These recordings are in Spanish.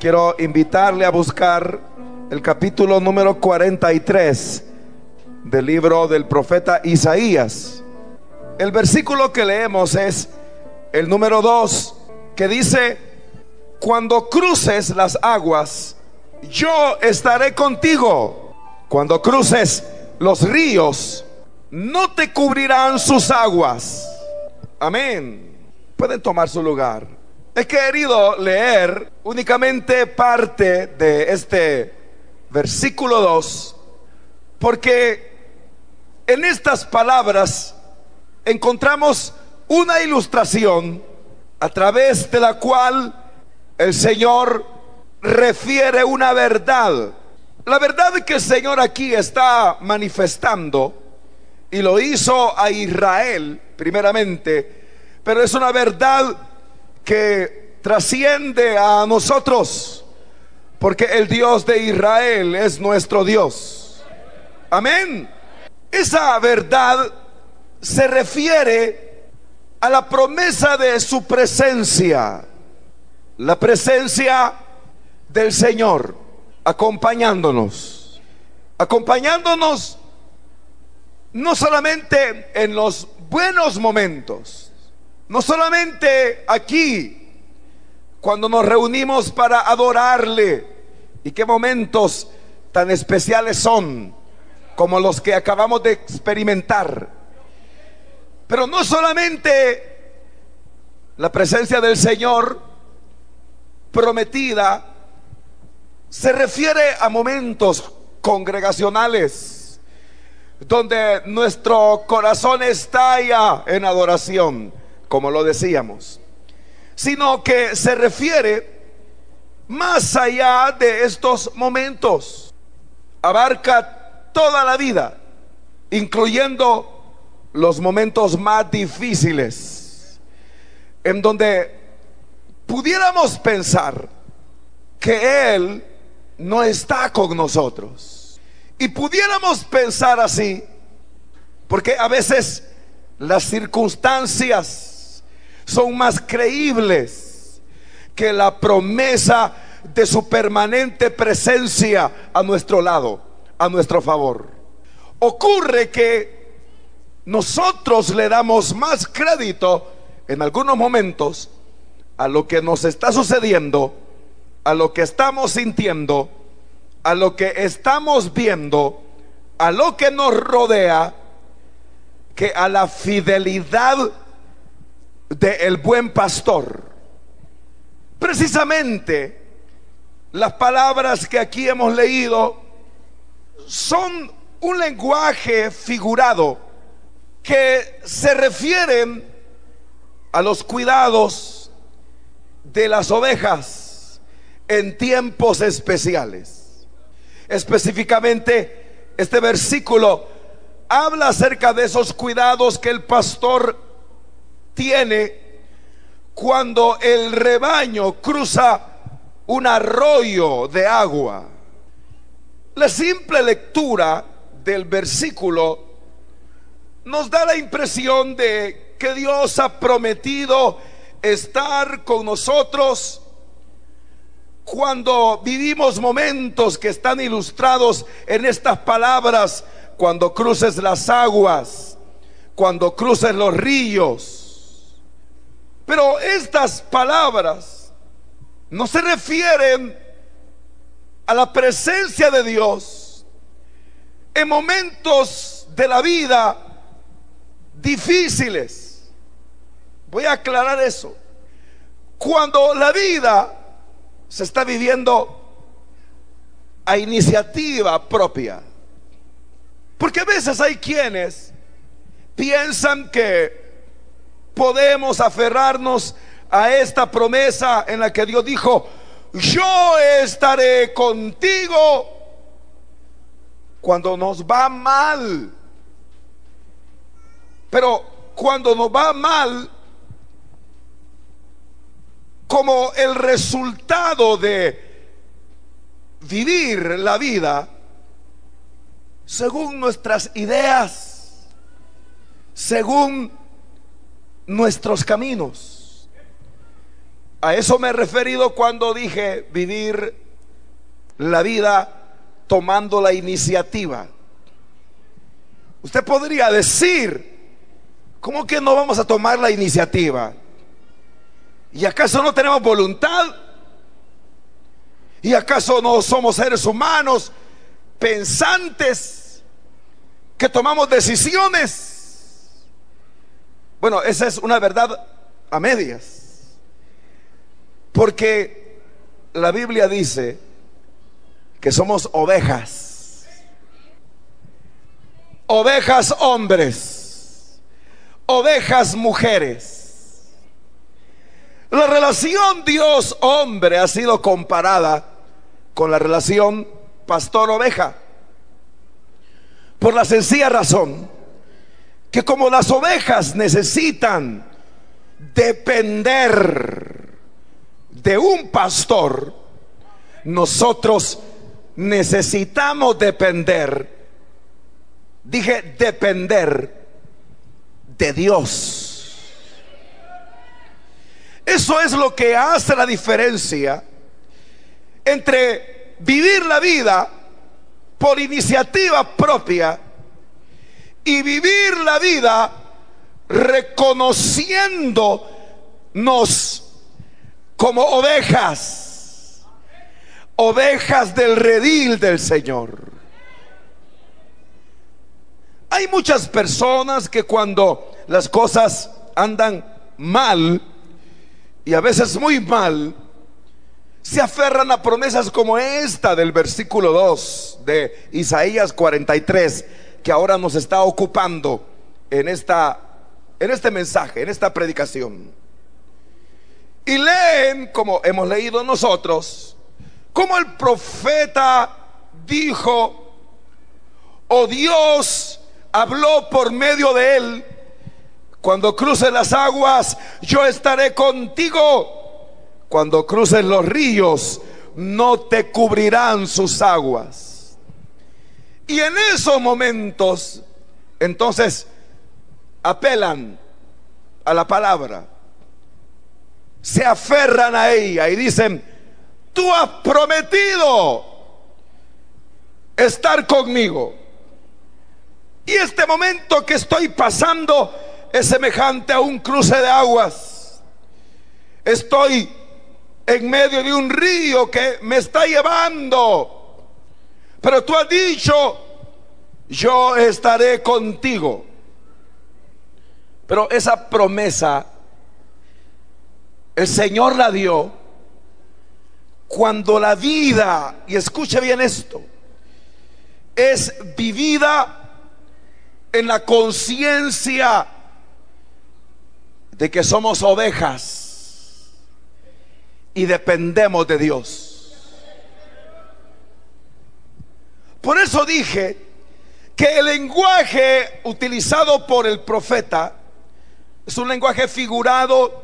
quiero invitarle a buscar el capítulo número 43 del libro del profeta Isaías. El versículo que leemos es el número 2, que dice: cuando cruces las aguas, yo estaré contigo. Cuando cruces los ríos, no te cubrirán sus aguas. Amén. Pueden tomar su lugar. He querido leer únicamente parte de este versículo 2, porque en estas palabras encontramos una ilustración a través de la cual el Señor refiere una verdad. La verdad que el Señor aquí está manifestando, y lo hizo a Israel primeramente, pero es una verdad que trasciende a nosotros, porque el Dios de Israel es nuestro Dios. Amén. Esa verdad se refiere a la promesa de su presencia, la presencia del Señor acompañándonos no solamente en los buenos momentos, no solamente aquí cuando nos reunimos para adorarle, y qué momentos tan especiales son como los que acabamos de experimentar. Pero no solamente la presencia del Señor prometida se refiere a momentos congregacionales donde nuestro corazón estalla en adoración, como lo decíamos, sino que se refiere más allá de estos momentos. Abarca toda la vida, incluyendo los momentos más difíciles, en donde pudiéramos pensar que Él no está con nosotros. Y pudiéramos pensar así porque a veces las circunstancias son más creíbles que la promesa de su permanente presencia a nuestro lado, a nuestro favor. Ocurre que nosotros le damos más crédito en algunos momentos a lo que nos está sucediendo, a lo que estamos sintiendo, a lo que estamos viendo, a lo que nos rodea, que a la fidelidad del buen pastor. Precisamente las palabras que aquí hemos leído son un lenguaje figurado que se refieren a los cuidados de las ovejas en tiempos especiales. Específicamente, este versículo habla acerca de esos cuidados que el pastor tiene cuando el rebaño cruza un arroyo de agua. La simple lectura del versículo nos da la impresión de que Dios ha prometido estar con nosotros cuando vivimos momentos que están ilustrados en estas palabras: cuando cruces las aguas, cuando cruces los ríos. Pero estas palabras no se refieren a la presencia de Dios en momentos de la vida difíciles. Voy a aclarar eso. Cuando la vida se está viviendo a iniciativa propia, porque a veces hay quienes piensan que podemos aferrarnos a esta promesa en la que Dios dijo: yo estaré contigo cuando nos va mal. Pero cuando nos va mal, como el resultado de vivir la vida según nuestras ideas, según nuestros caminos, A eso me he referido cuando dije vivir la vida tomando la iniciativa. Usted podría decir, ¿cómo que no vamos a tomar la iniciativa? ¿Y acaso no tenemos voluntad? ¿Y acaso no somos seres humanos pensantes que tomamos decisiones? Bueno, esa es una verdad a medias, porque la Biblia dice que somos ovejas, ovejas hombres, ovejas mujeres. La relación Dios-hombre ha sido comparada con la relación pastor-oveja, por la sencilla razón que como las ovejas necesitan depender de un pastor, nosotros necesitamos depender, dije depender de Dios. Eso es lo que hace la diferencia entre vivir la vida por iniciativa propia y vivir la vida reconociéndonos como ovejas, ovejas del redil del Señor. Hay muchas personas que cuando las cosas andan mal, y a veces muy mal, se aferran a promesas como esta del versículo 2 de Isaías 43, que ahora nos está ocupando en este mensaje, en esta predicación. Y leen, como hemos leído nosotros, como el profeta dijo, o Dios habló por medio de él: cuando cruces las aguas, yo estaré contigo. Cuando cruces los ríos, no te cubrirán sus aguas. Y en esos momentos, entonces, apelan a la palabra, se aferran a ella y dicen: tú has prometido estar conmigo, y este momento que estoy pasando es semejante a un cruce de aguas. Estoy en medio de un río que me está llevando, pero tú has dicho: yo estaré contigo. Pero esa promesa el Señor la dio cuando la vida, y escuche bien esto, es vivida en la conciencia de que somos ovejas y dependemos de Dios. Por eso dije que el lenguaje utilizado por el profeta es un lenguaje figurado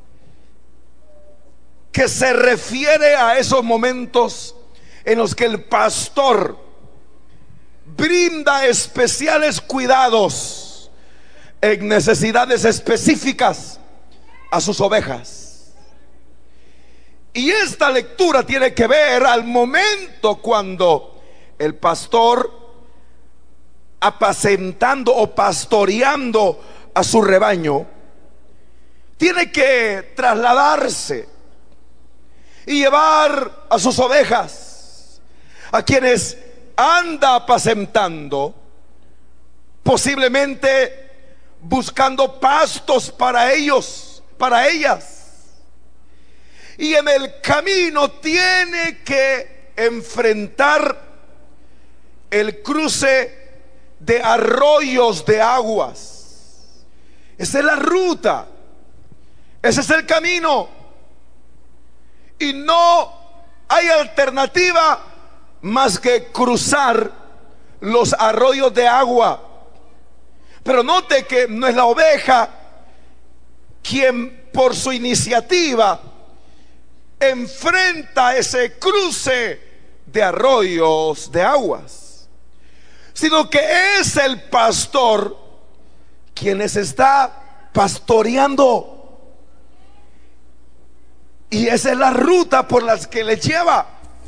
que se refiere a esos momentos en los que el pastor brinda especiales cuidados en necesidades específicas a sus ovejas. Y esta lectura tiene que ver al momento cuando el pastor, apacentando o pastoreando a su rebaño, tiene que trasladarse y llevar a sus ovejas, a quienes anda apacentando, posiblemente buscando pastos para ellos, para ellas. Y en el camino tiene que enfrentar el cruce de arroyos de aguas. Esa es la ruta, ese es el camino, y no hay alternativa más que cruzar los arroyos de agua. Pero note que no es la oveja quien por su iniciativa enfrenta ese cruce de arroyos de aguas, sino que es el pastor quien les está pastoreando. Y esa es la ruta por la que les lleva,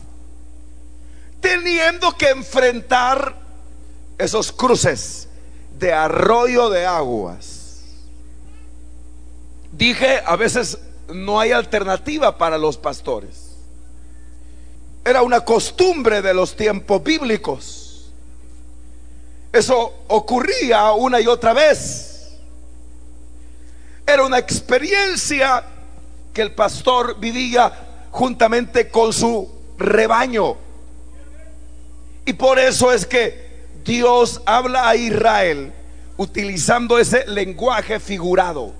teniendo que enfrentar esos cruces de arroyo de aguas. Dije, a veces no hay alternativa para los pastores. Era una costumbre de los tiempos bíblicos. Eso ocurría una y otra vez. Era una experiencia que el pastor vivía juntamente con su rebaño. Y por eso es que Dios habla a Israel utilizando ese lenguaje figurado.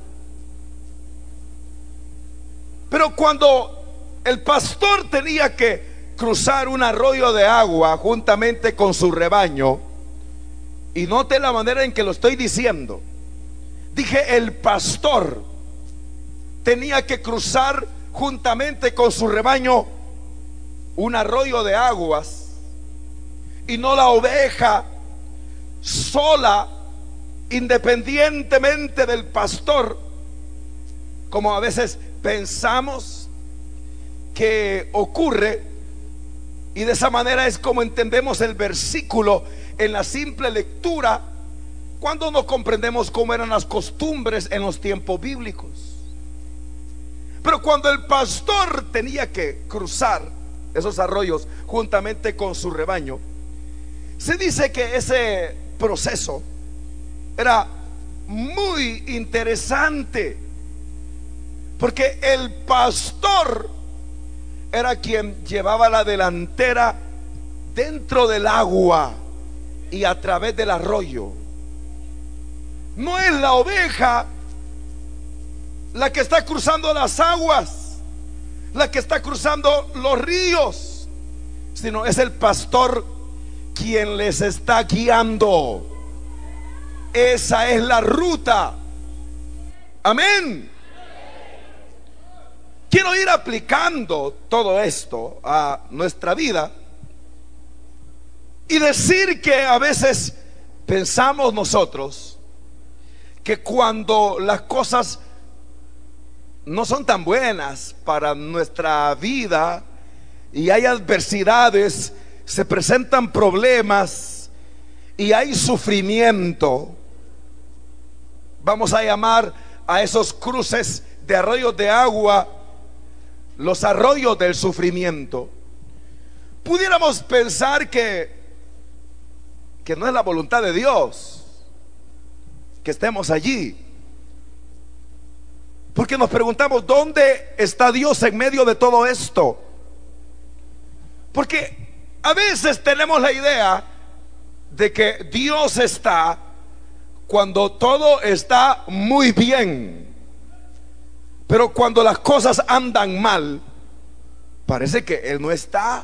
Pero cuando el pastor tenía que cruzar un arroyo de agua juntamente con su rebaño, y note la manera en que lo estoy diciendo, dije el pastor tenía que cruzar juntamente con su rebaño un arroyo de aguas, y no la oveja sola, independientemente del pastor, como a veces pensamos que ocurre. Y de esa manera es como entendemos el versículo en la simple lectura, cuando no comprendemos cómo eran las costumbres en los tiempos bíblicos. Pero cuando el pastor tenía que cruzar esos arroyos juntamente con su rebaño, se dice que ese proceso era muy interesante, porque el pastor era quien llevaba la delantera dentro del agua y a través del arroyo. No es la oveja la que está cruzando las aguas, la que está cruzando los ríos, sino es el pastor quien les está guiando. Esa es la ruta. Amén. Quiero ir aplicando todo esto a nuestra vida y decir que a veces pensamos nosotros que cuando las cosas no son tan buenas para nuestra vida y hay adversidades, se presentan problemas y hay sufrimiento, vamos a llamar a esos cruces de arroyos de agua los arroyos del sufrimiento. Pudiéramos pensar que no es la voluntad de Dios que estemos allí, porque nos preguntamos, ¿dónde está Dios en medio de todo esto? Porque a veces tenemos la idea de que Dios está cuando todo está muy bien, pero cuando las cosas andan mal, parece que Él no está.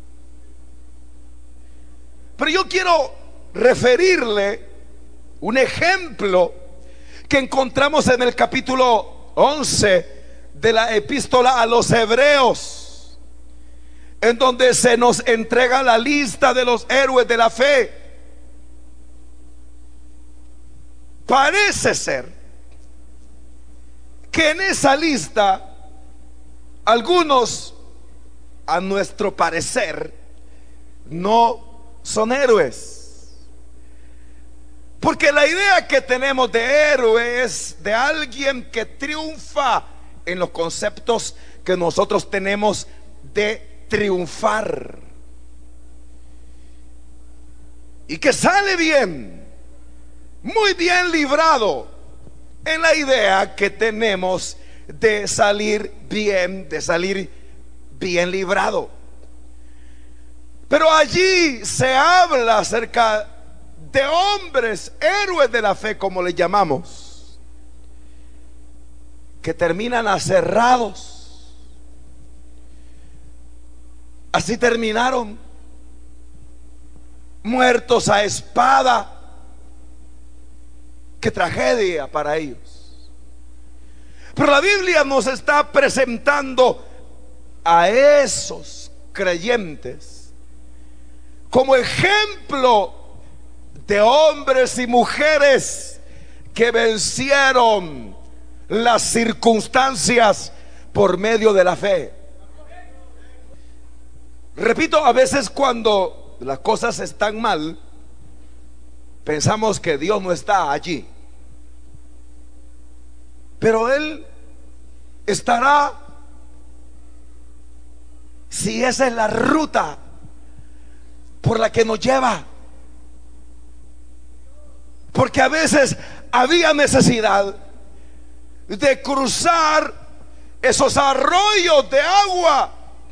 Pero yo quiero referirle un ejemplo que encontramos en el capítulo 11 de la epístola a los Hebreos, en donde se nos entrega la lista de los héroes de la fe. Parece ser que en esa lista algunos, a nuestro parecer, no son héroes, porque la idea que tenemos de héroe es de alguien que triunfa en los conceptos que nosotros tenemos de triunfar y que sale bien, muy bien librado en la idea que tenemos de salir bien librado. Pero allí se habla acerca de hombres, héroes de la fe, como les llamamos, que terminan aserrados. Así terminaron, muertos a espada. Qué tragedia para ellos. Pero la Biblia nos está presentando a esos creyentes como ejemplo de hombres y mujeres que vencieron las circunstancias por medio de la fe. Repito, a veces cuando las cosas están mal, pensamos que Dios no está allí, pero Él estará si esa es la ruta por la que nos lleva. Porque a veces había necesidad de cruzar esos arroyos de agua.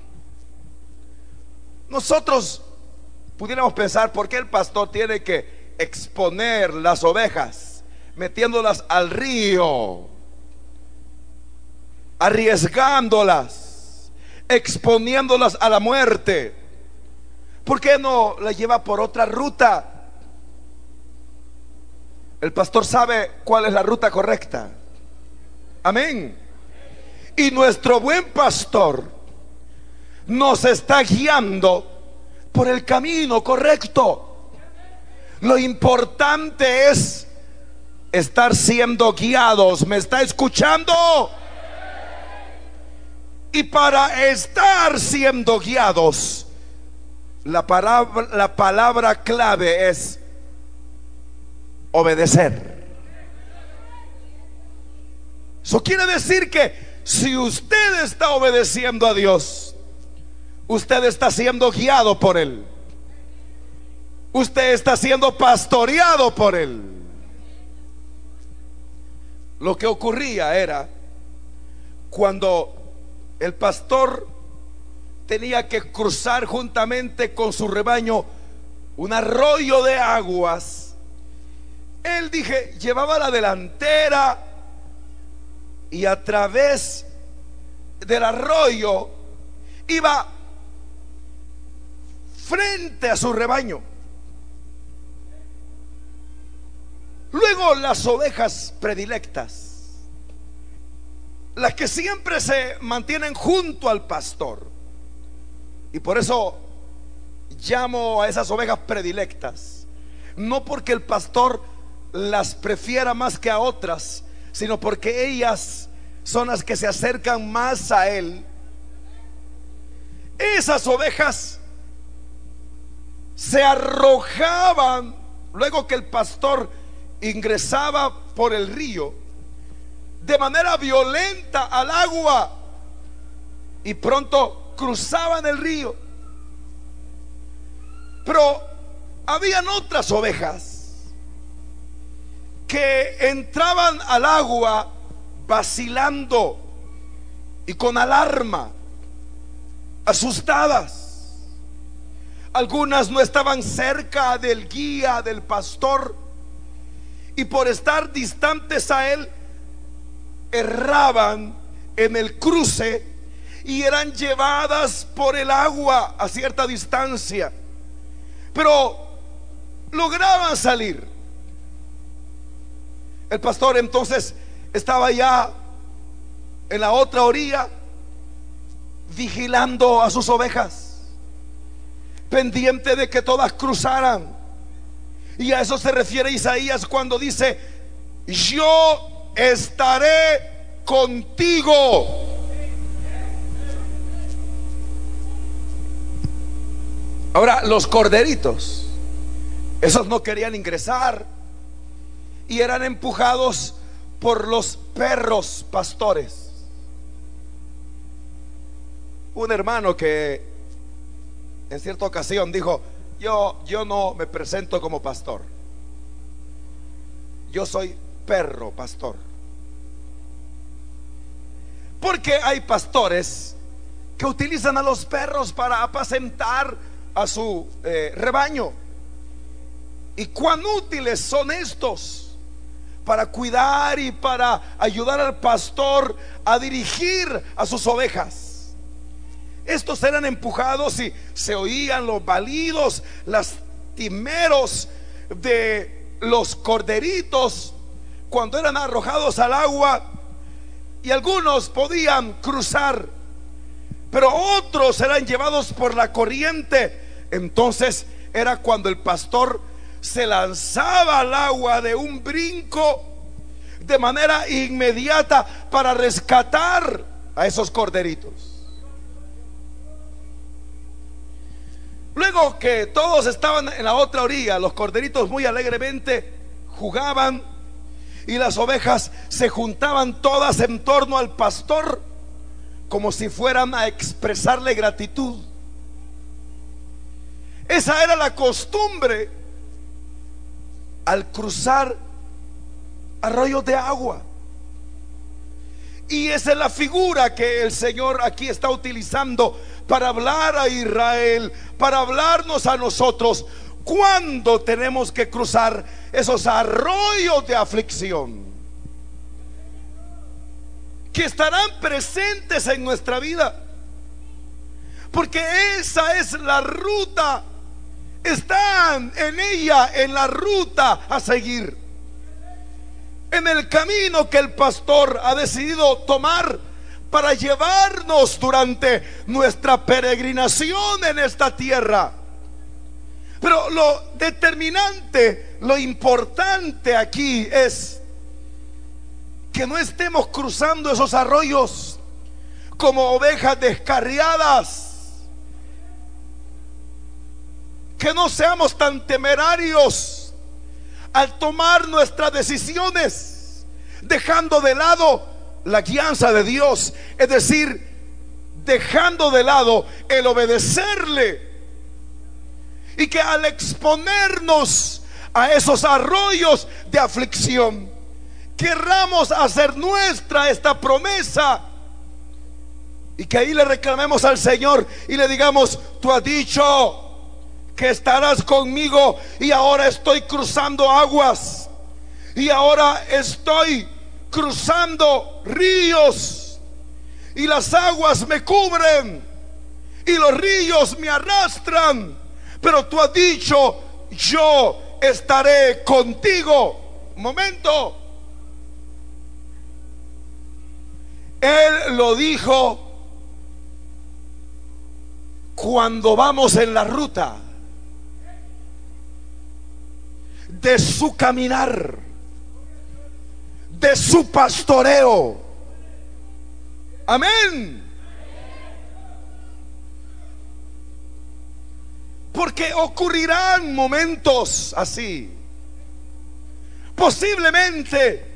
Nosotros pudiéramos pensar, ¿por qué el pastor tiene que exponer las ovejas metiéndolas al río, arriesgándolas, exponiéndolas a la muerte? ¿Por qué no las lleva por otra ruta? El pastor sabe cuál es la ruta correcta. Amén. Y nuestro buen pastor nos está guiando por el camino correcto. Lo importante es estar siendo guiados. ¿Me está escuchando? Y para estar siendo guiados, la palabra clave es obedecer. Eso quiere decir que si usted está obedeciendo a Dios, usted está siendo guiado por Él. Usted está siendo pastoreado por Él. Lo que ocurría era cuando el pastor tenía que cruzar juntamente con su rebaño un arroyo de aguas, él llevaba la delantera y a través del arroyo iba frente a su rebaño. Luego las ovejas predilectas, las que siempre se mantienen junto al pastor, y por eso llamo a esas ovejas predilectas, no porque el pastor las prefiera más que a otras, sino porque ellas son las que se acercan más a Él. Esas ovejas se arrojaban luego que el pastor ingresaba por el río de manera violenta al agua y pronto cruzaban el río. Pero habían otras ovejas que entraban al agua vacilando y con alarma, asustadas. Algunas no estaban cerca del guía, del pastor, y por estar distantes a él, erraban en el cruce y eran llevadas por el agua a cierta distancia, pero lograban salir. El pastor entonces estaba ya en la otra orilla, vigilando a sus ovejas, pendiente de que todas cruzaran. Y a eso se refiere Isaías cuando dice: yo estaré contigo. Ahora, los corderitos, esos no querían ingresar y eran empujados por los perros pastores. Un hermano que en cierta ocasión dijo: yo no me presento como pastor, yo soy perro pastor. Porque hay pastores que utilizan a los perros para apacentar a su rebaño. Y cuán útiles son estos para cuidar y para ayudar al pastor a dirigir a sus ovejas. Estos eran empujados y se oían los balidos lastimeros de los corderitos cuando eran arrojados al agua, y algunos podían cruzar, pero otros eran llevados por la corriente. Entonces era cuando el pastor se lanzaba al agua de un brinco de manera inmediata para rescatar a esos corderitos. Luego que todos estaban en la otra orilla, los corderitos muy alegremente jugaban y las ovejas se juntaban todas en torno al pastor como si fueran a expresarle gratitud. Esa era la costumbre al cruzar arroyos de agua. Y esa es la figura que el Señor aquí está utilizando para hablar a Israel, para hablarnos a nosotros cuando tenemos que cruzar esos arroyos de aflicción que estarán presentes en nuestra vida, porque esa es la ruta. Están en ella, en la ruta a seguir, en el camino que el pastor ha decidido tomar para llevarnos durante nuestra peregrinación en esta tierra. Pero lo determinante, lo importante aquí es que no estemos cruzando esos arroyos como ovejas descarriadas, que no seamos tan temerarios al tomar nuestras decisiones, dejando de lado la guianza de Dios, es decir, dejando de lado el obedecerle, y que al exponernos a esos arroyos de aflicción, querramos hacer nuestra esta promesa, y que ahí le reclamemos al Señor y le digamos: tú has dicho que estarás conmigo, y ahora estoy cruzando aguas, y ahora estoy cruzando ríos, y las aguas me cubren y los ríos me arrastran, pero tú has dicho: yo estaré contigo. Un momento, Él lo dijo cuando vamos en la ruta de su caminar, de su pastoreo. Amén. Porque ocurrirán momentos así. Posiblemente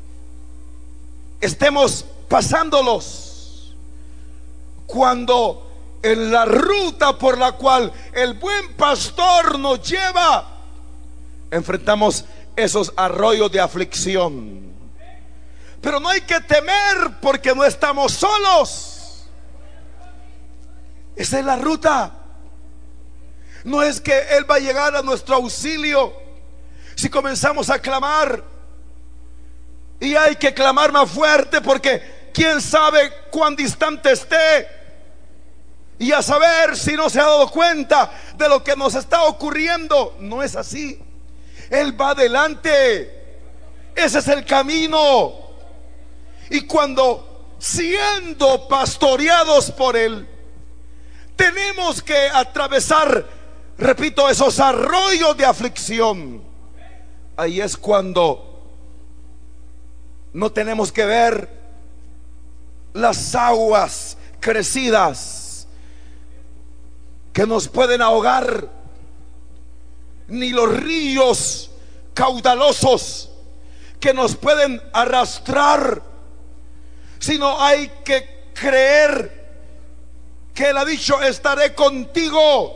estemos pasándolos cuando en la ruta por la cual el buen pastor nos lleva enfrentamos esos arroyos de aflicción. Pero no hay que temer, porque no estamos solos. Esa es la ruta. No es que Él va a llegar a nuestro auxilio si comenzamos a clamar, y hay que clamar más fuerte, porque quién sabe cuán distante esté, y a saber si no se ha dado cuenta de lo que nos está ocurriendo. No es así. Él va adelante. Ese es el camino. Y cuando, siendo pastoreados por Él, tenemos que atravesar, repito, esos arroyos de aflicción, ahí es cuando no tenemos que ver las aguas crecidas que nos pueden ahogar, ni los ríos caudalosos que nos pueden arrastrar, sino hay que creer que Él ha dicho: estaré contigo,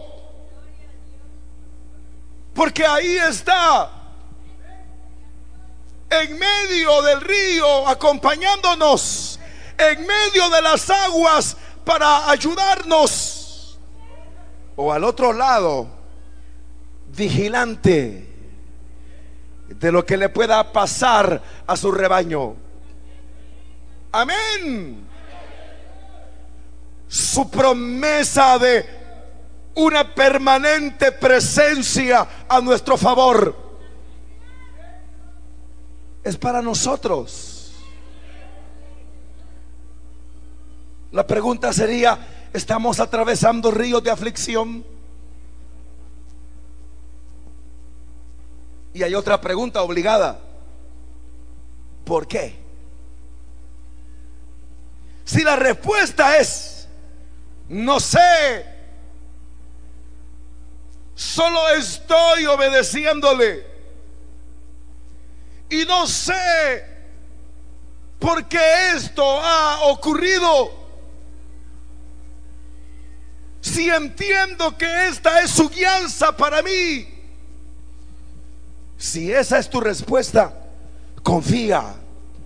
porque ahí está, en medio del río, acompañándonos, en medio de las aguas, para ayudarnos, o al otro lado, vigilante de lo que le pueda pasar a su rebaño. Amén. Su promesa de una permanente presencia a nuestro favor es para nosotros. La pregunta sería: ¿estamos atravesando ríos de aflicción? Y hay otra pregunta obligada: ¿por qué? Si la respuesta es no sé, solo estoy obedeciéndole y no sé por qué esto ha ocurrido, si entiendo que esta es su guianza para mí, si esa es tu respuesta, confía.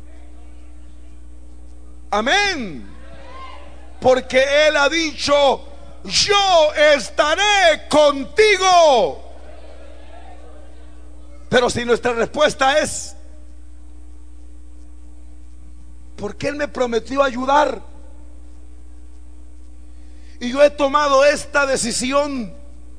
Amén. Porque Él ha dicho: yo estaré contigo. Pero si nuestra respuesta es: porque Él me prometió ayudar y yo he tomado esta decisión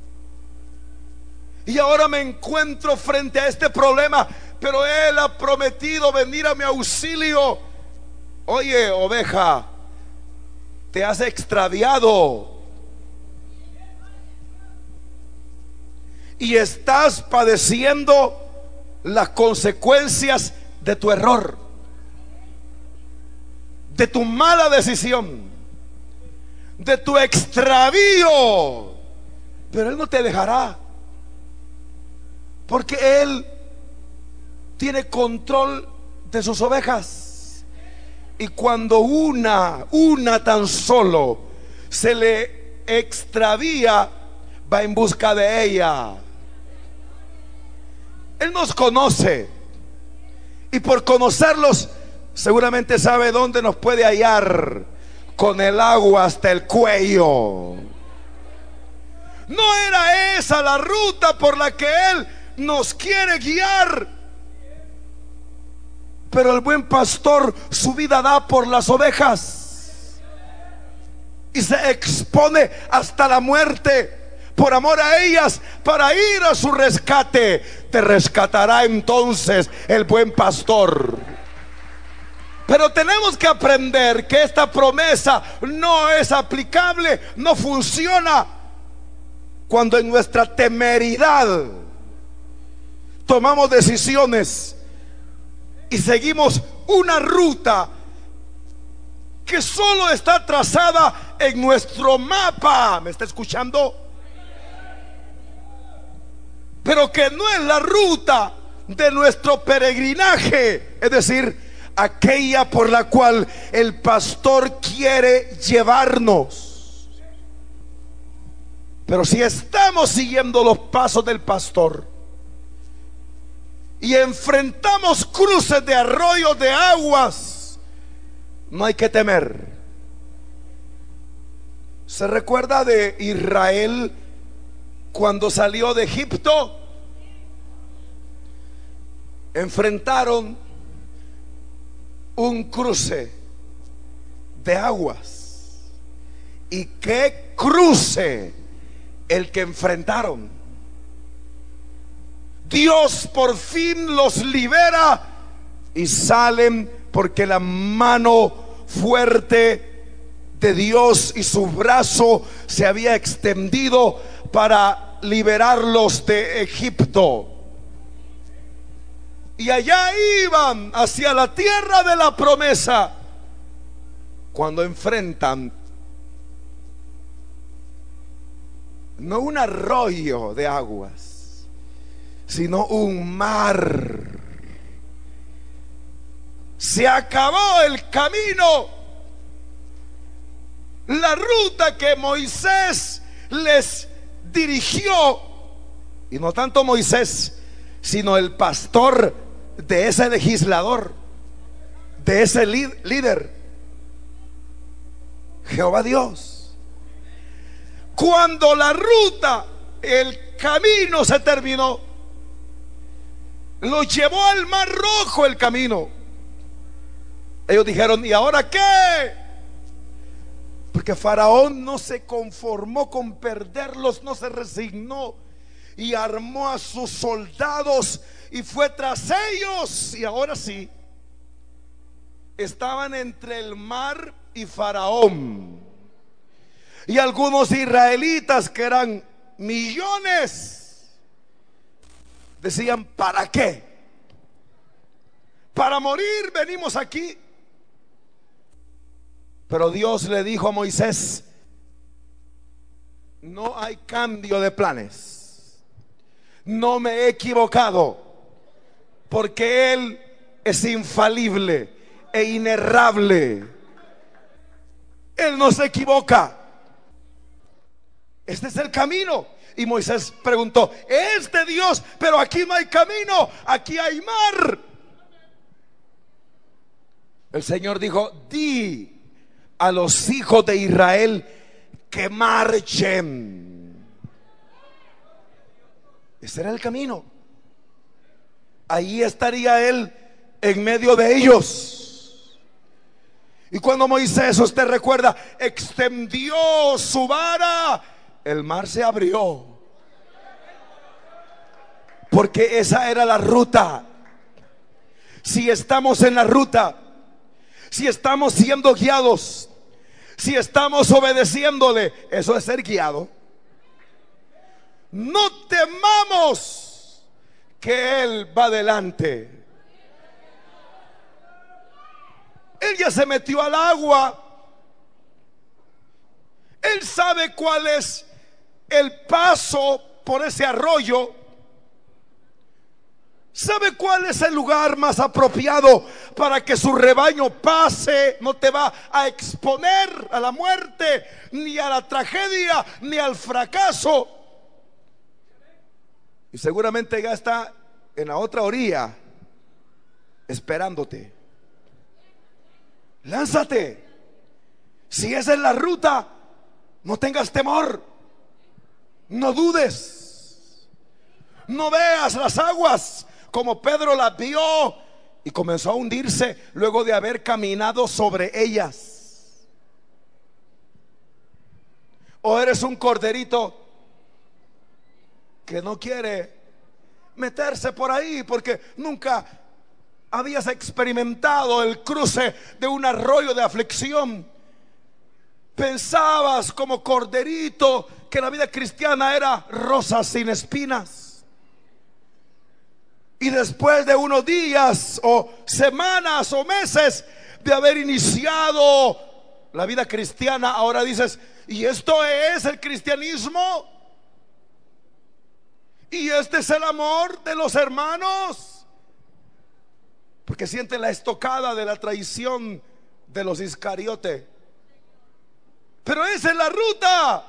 y ahora me encuentro frente a este problema, pero Él ha prometido venir a mi auxilio. Oye, oveja, te has extraviado y estás padeciendo las consecuencias de tu error, de tu mala decisión, de tu extravío. Pero Él no te dejará, porque Él tiene control de sus ovejas. Y cuando una tan solo se le extravía, va en busca de ella. Él nos conoce y por conocerlos seguramente sabe dónde nos puede hallar, con el agua hasta el cuello. No era esa la ruta por la que Él nos quiere guiar, pero el buen pastor su vida da por las ovejas y se expone hasta la muerte por amor a ellas, para ir a su rescate. Te rescatará entonces el buen pastor. Pero tenemos que aprender que esta promesa no es aplicable, no funciona, cuando en nuestra temeridad tomamos decisiones y seguimos una ruta que solo está trazada en nuestro mapa. ¿Me está escuchando? Pero que no es la ruta de nuestro peregrinaje, es decir, aquella por la cual el pastor quiere llevarnos. Pero si estamos siguiendo los pasos del pastor y enfrentamos cruces de arroyos de aguas, no hay que temer. ¿Se recuerda de Israel cuando salió de Egipto? Enfrentaron un cruce de aguas. ¿Y qué cruce el que enfrentaron? Dios por fin los libera y salen, porque la mano fuerte de Dios y su brazo se había extendido para liberarlos de Egipto. Y allá iban hacia la tierra de la promesa, cuando enfrentan no un arroyo de aguas, sino un mar. Se acabó el camino, la ruta que Moisés les dirigió. Y no tanto Moisés, sino el pastor de ese legislador, de ese líder, Jehová Dios. Cuando la ruta, el camino se terminó, los llevó al Mar Rojo el camino. Ellos dijeron: ¿y ahora qué? Porque Faraón no se conformó con perderlos, no se resignó y armó a sus soldados y fue tras ellos. Y ahora sí, estaban entre el mar y Faraón. Y algunos israelitas, que eran millones, decían: ¿para qué? ¿Para morir venimos aquí? Pero Dios le dijo a Moisés: no hay cambio de planes. No me he equivocado, porque Él es infalible e inerrable. Él no se equivoca. Este es el camino. Y Moisés preguntó: es de Dios, pero aquí no hay camino, aquí hay mar. El Señor dijo: di a los hijos de Israel que marchen. Ese era el camino. Ahí estaría Él en medio de ellos. Y cuando Moisés, usted recuerda, extendió su vara, el mar se abrió. Porque esa era la ruta. Si estamos en la ruta, si estamos siendo guiados, si estamos obedeciéndole, eso es ser guiado. No temamos, que Él va adelante. Él ya se metió al agua. Él sabe cuál es el paso por ese arroyo. ¿Sabe cuál es el lugar más apropiado para que su rebaño pase? No te va a exponer a la muerte, ni a la tragedia, ni al fracaso. Y seguramente ya está en la otra orilla esperándote. Lánzate. Si esa es la ruta, no tengas temor. No dudes. No veas las aguas como Pedro las vio y comenzó a hundirse luego de haber caminado sobre ellas. O eres un corderito que no quiere meterse por ahí porque nunca habías experimentado el cruce de un arroyo de aflicción. Pensabas como corderito que la vida cristiana era rosas sin espinas. Y después de unos días o semanas o meses de haber iniciado la vida cristiana, ahora dices: ¿y esto es el cristianismo? ¿Y este es el amor de los hermanos? Porque siente la estocada de la traición de los Iscariote. Pero esa es la ruta.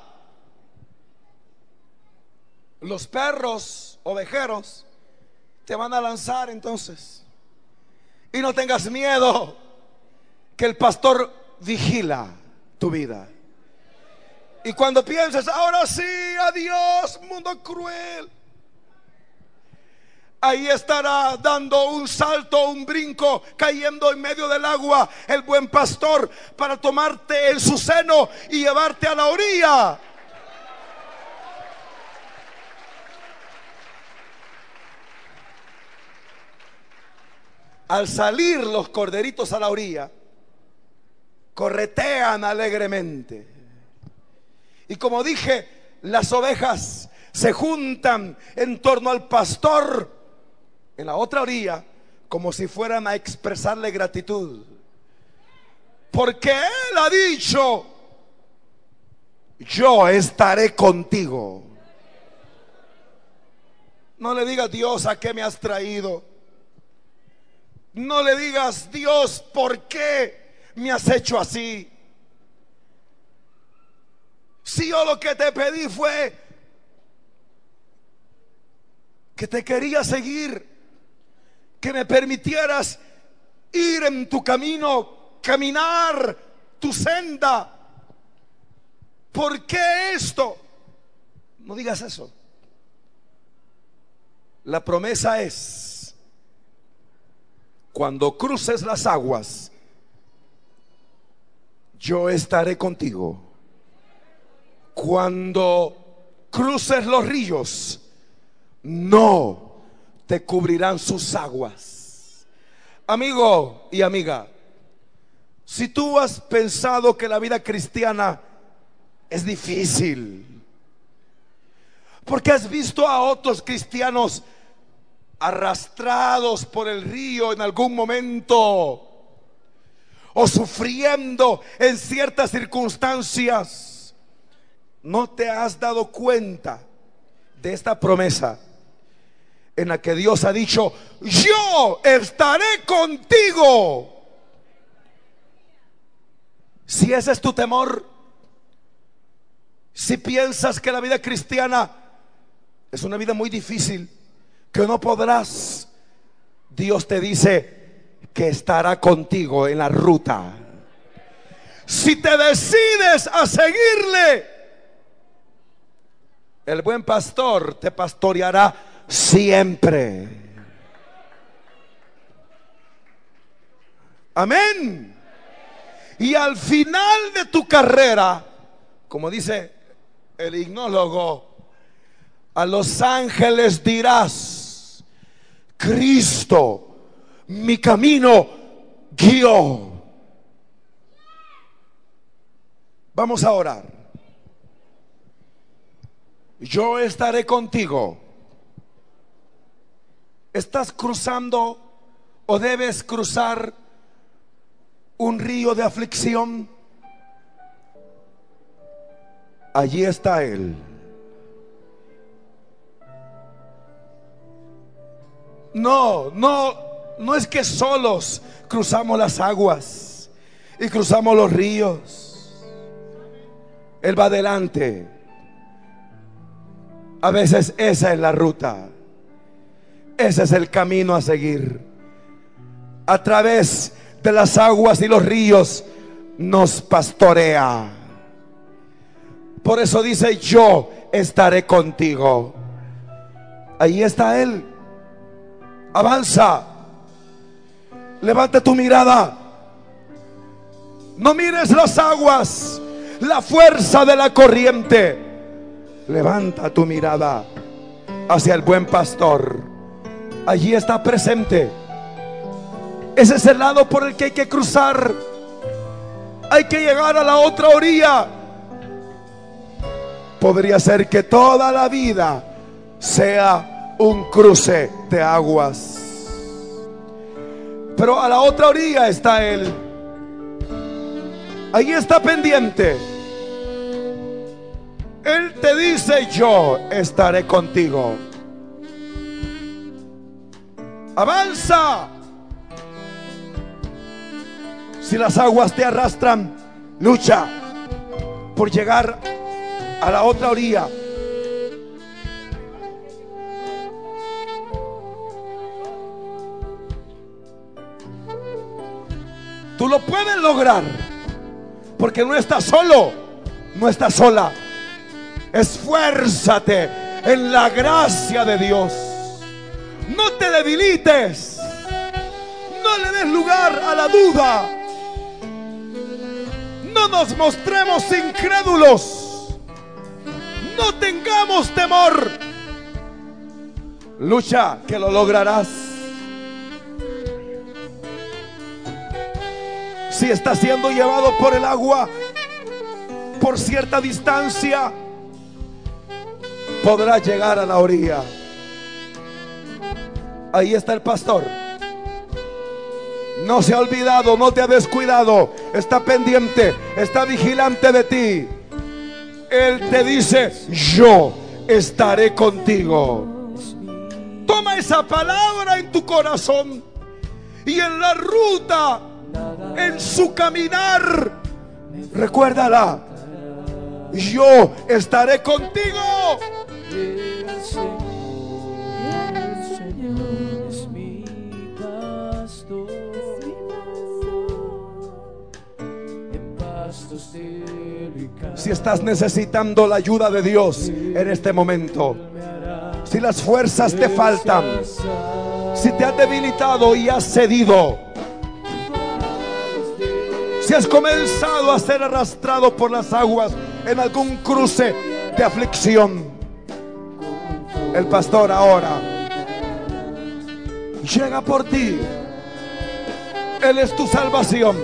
Los perros ovejeros te van a lanzar entonces. Y no tengas miedo, que el pastor vigila tu vida. Y cuando pienses: ahora sí, adiós mundo cruel, ahí estará dando un salto, un brinco, cayendo en medio del agua el buen pastor para tomarte en su seno y llevarte a la orilla. Al salir los corderitos a la orilla, corretean alegremente. Y como dije, las ovejas se juntan en torno al pastor en la otra orilla, como si fueran a expresarle gratitud, porque Él ha dicho: yo estaré contigo. No le digas: Dios, ¿a qué me has traído? No le digas: Dios, ¿por qué me has hecho así? Si yo lo que te pedí fue que te quería seguir, que me permitieras ir en tu camino, caminar tu senda. ¿Por qué esto? No digas eso. La promesa es: cuando cruces las aguas, yo estaré contigo. Cuando cruces los ríos, no te cubrirán sus aguas. Amigo y amiga, si tú has pensado que la vida cristiana es difícil, porque has visto a otros cristianos arrastrados por el río en algún momento, o sufriendo en ciertas circunstancias, no te has dado cuenta de esta promesa en la que Dios ha dicho: yo estaré contigo. Si ese es tu temor, si piensas que la vida cristiana es una vida muy difícil, que no podrás, Dios te dice que estará contigo en la ruta. Si te decides a seguirle, el buen pastor te pastoreará siempre. Amén. Y al final de tu carrera, como dice el himnólogo, a los ángeles dirás: Cristo mi camino guió. Vamos a orar. Yo estaré contigo. ¿Estás cruzando o debes cruzar un río de aflicción? Allí está Él. No es que solos cruzamos las aguas y cruzamos los ríos. Él va adelante. A veces esa es la ruta, ese es el camino a seguir. A través de las aguas y los ríos nos pastorea. Por eso dice: yo estaré contigo. Ahí está Él. Avanza. Levanta tu mirada. No mires las aguas, la fuerza de la corriente. Levanta tu mirada hacia el buen pastor. Allí está presente. Ese es el lado por el que hay que cruzar. Hay que llegar a la otra orilla. Podría ser que toda la vida sea un cruce de aguas, pero a la otra orilla está Él. Ahí está pendiente. Él te dice: yo estaré contigo. Avanza. Si las aguas te arrastran, lucha por llegar a la otra orilla. Tú lo puedes lograr, porque no estás solo, no estás sola. Esfuérzate en la gracia de Dios. No te debilites. No le des lugar a la duda. No nos mostremos incrédulos. No tengamos temor. Lucha, que lo lograrás. Si estás siendo llevado por el agua por cierta distancia, podrás llegar a la orilla. Ahí está el pastor. No se ha olvidado, no te ha descuidado. Está pendiente, está vigilante de ti. Él te dice: yo estaré contigo. Toma esa palabra en tu corazón, y en la ruta, en su caminar, recuérdala: yo estaré contigo. El Señor es mi pastor, en pastos delicados. Si estás necesitando la ayuda de Dios en este momento, si las fuerzas te faltan, si te has debilitado y has cedido, si has comenzado a ser arrastrado por las aguas en algún cruce de aflicción, el pastor ahora llega por ti. Él es tu salvación.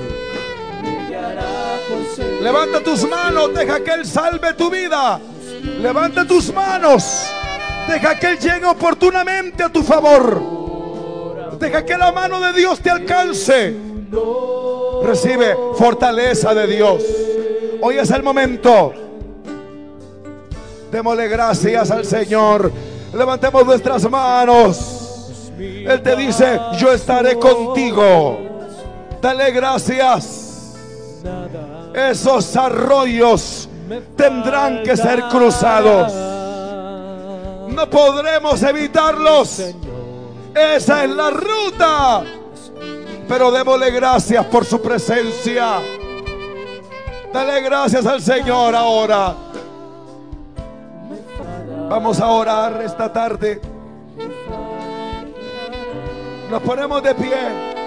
Levanta tus manos, deja que Él salve tu vida. Levanta tus manos, deja que Él llegue oportunamente a tu favor. Deja que la mano de Dios te alcance. Recibe fortaleza de Dios. Hoy es el momento. Démosle gracias al Señor. Levantemos nuestras manos. Él te dice: yo estaré contigo. Dale gracias. Esos arroyos tendrán que ser cruzados. No podremos evitarlos. Esa es la ruta. Pero démosle gracias por su presencia. Dale gracias al Señor ahora. Vamos a orar esta tarde. Nos ponemos de pie.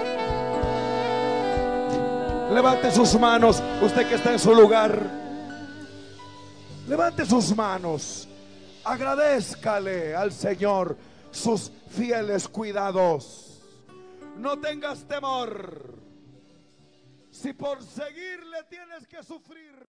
Levante sus manos. Usted que está en su lugar, levante sus manos. Agradézcale al Señor sus fieles cuidados. No tengas temor. Si por seguirle tienes que sufrir.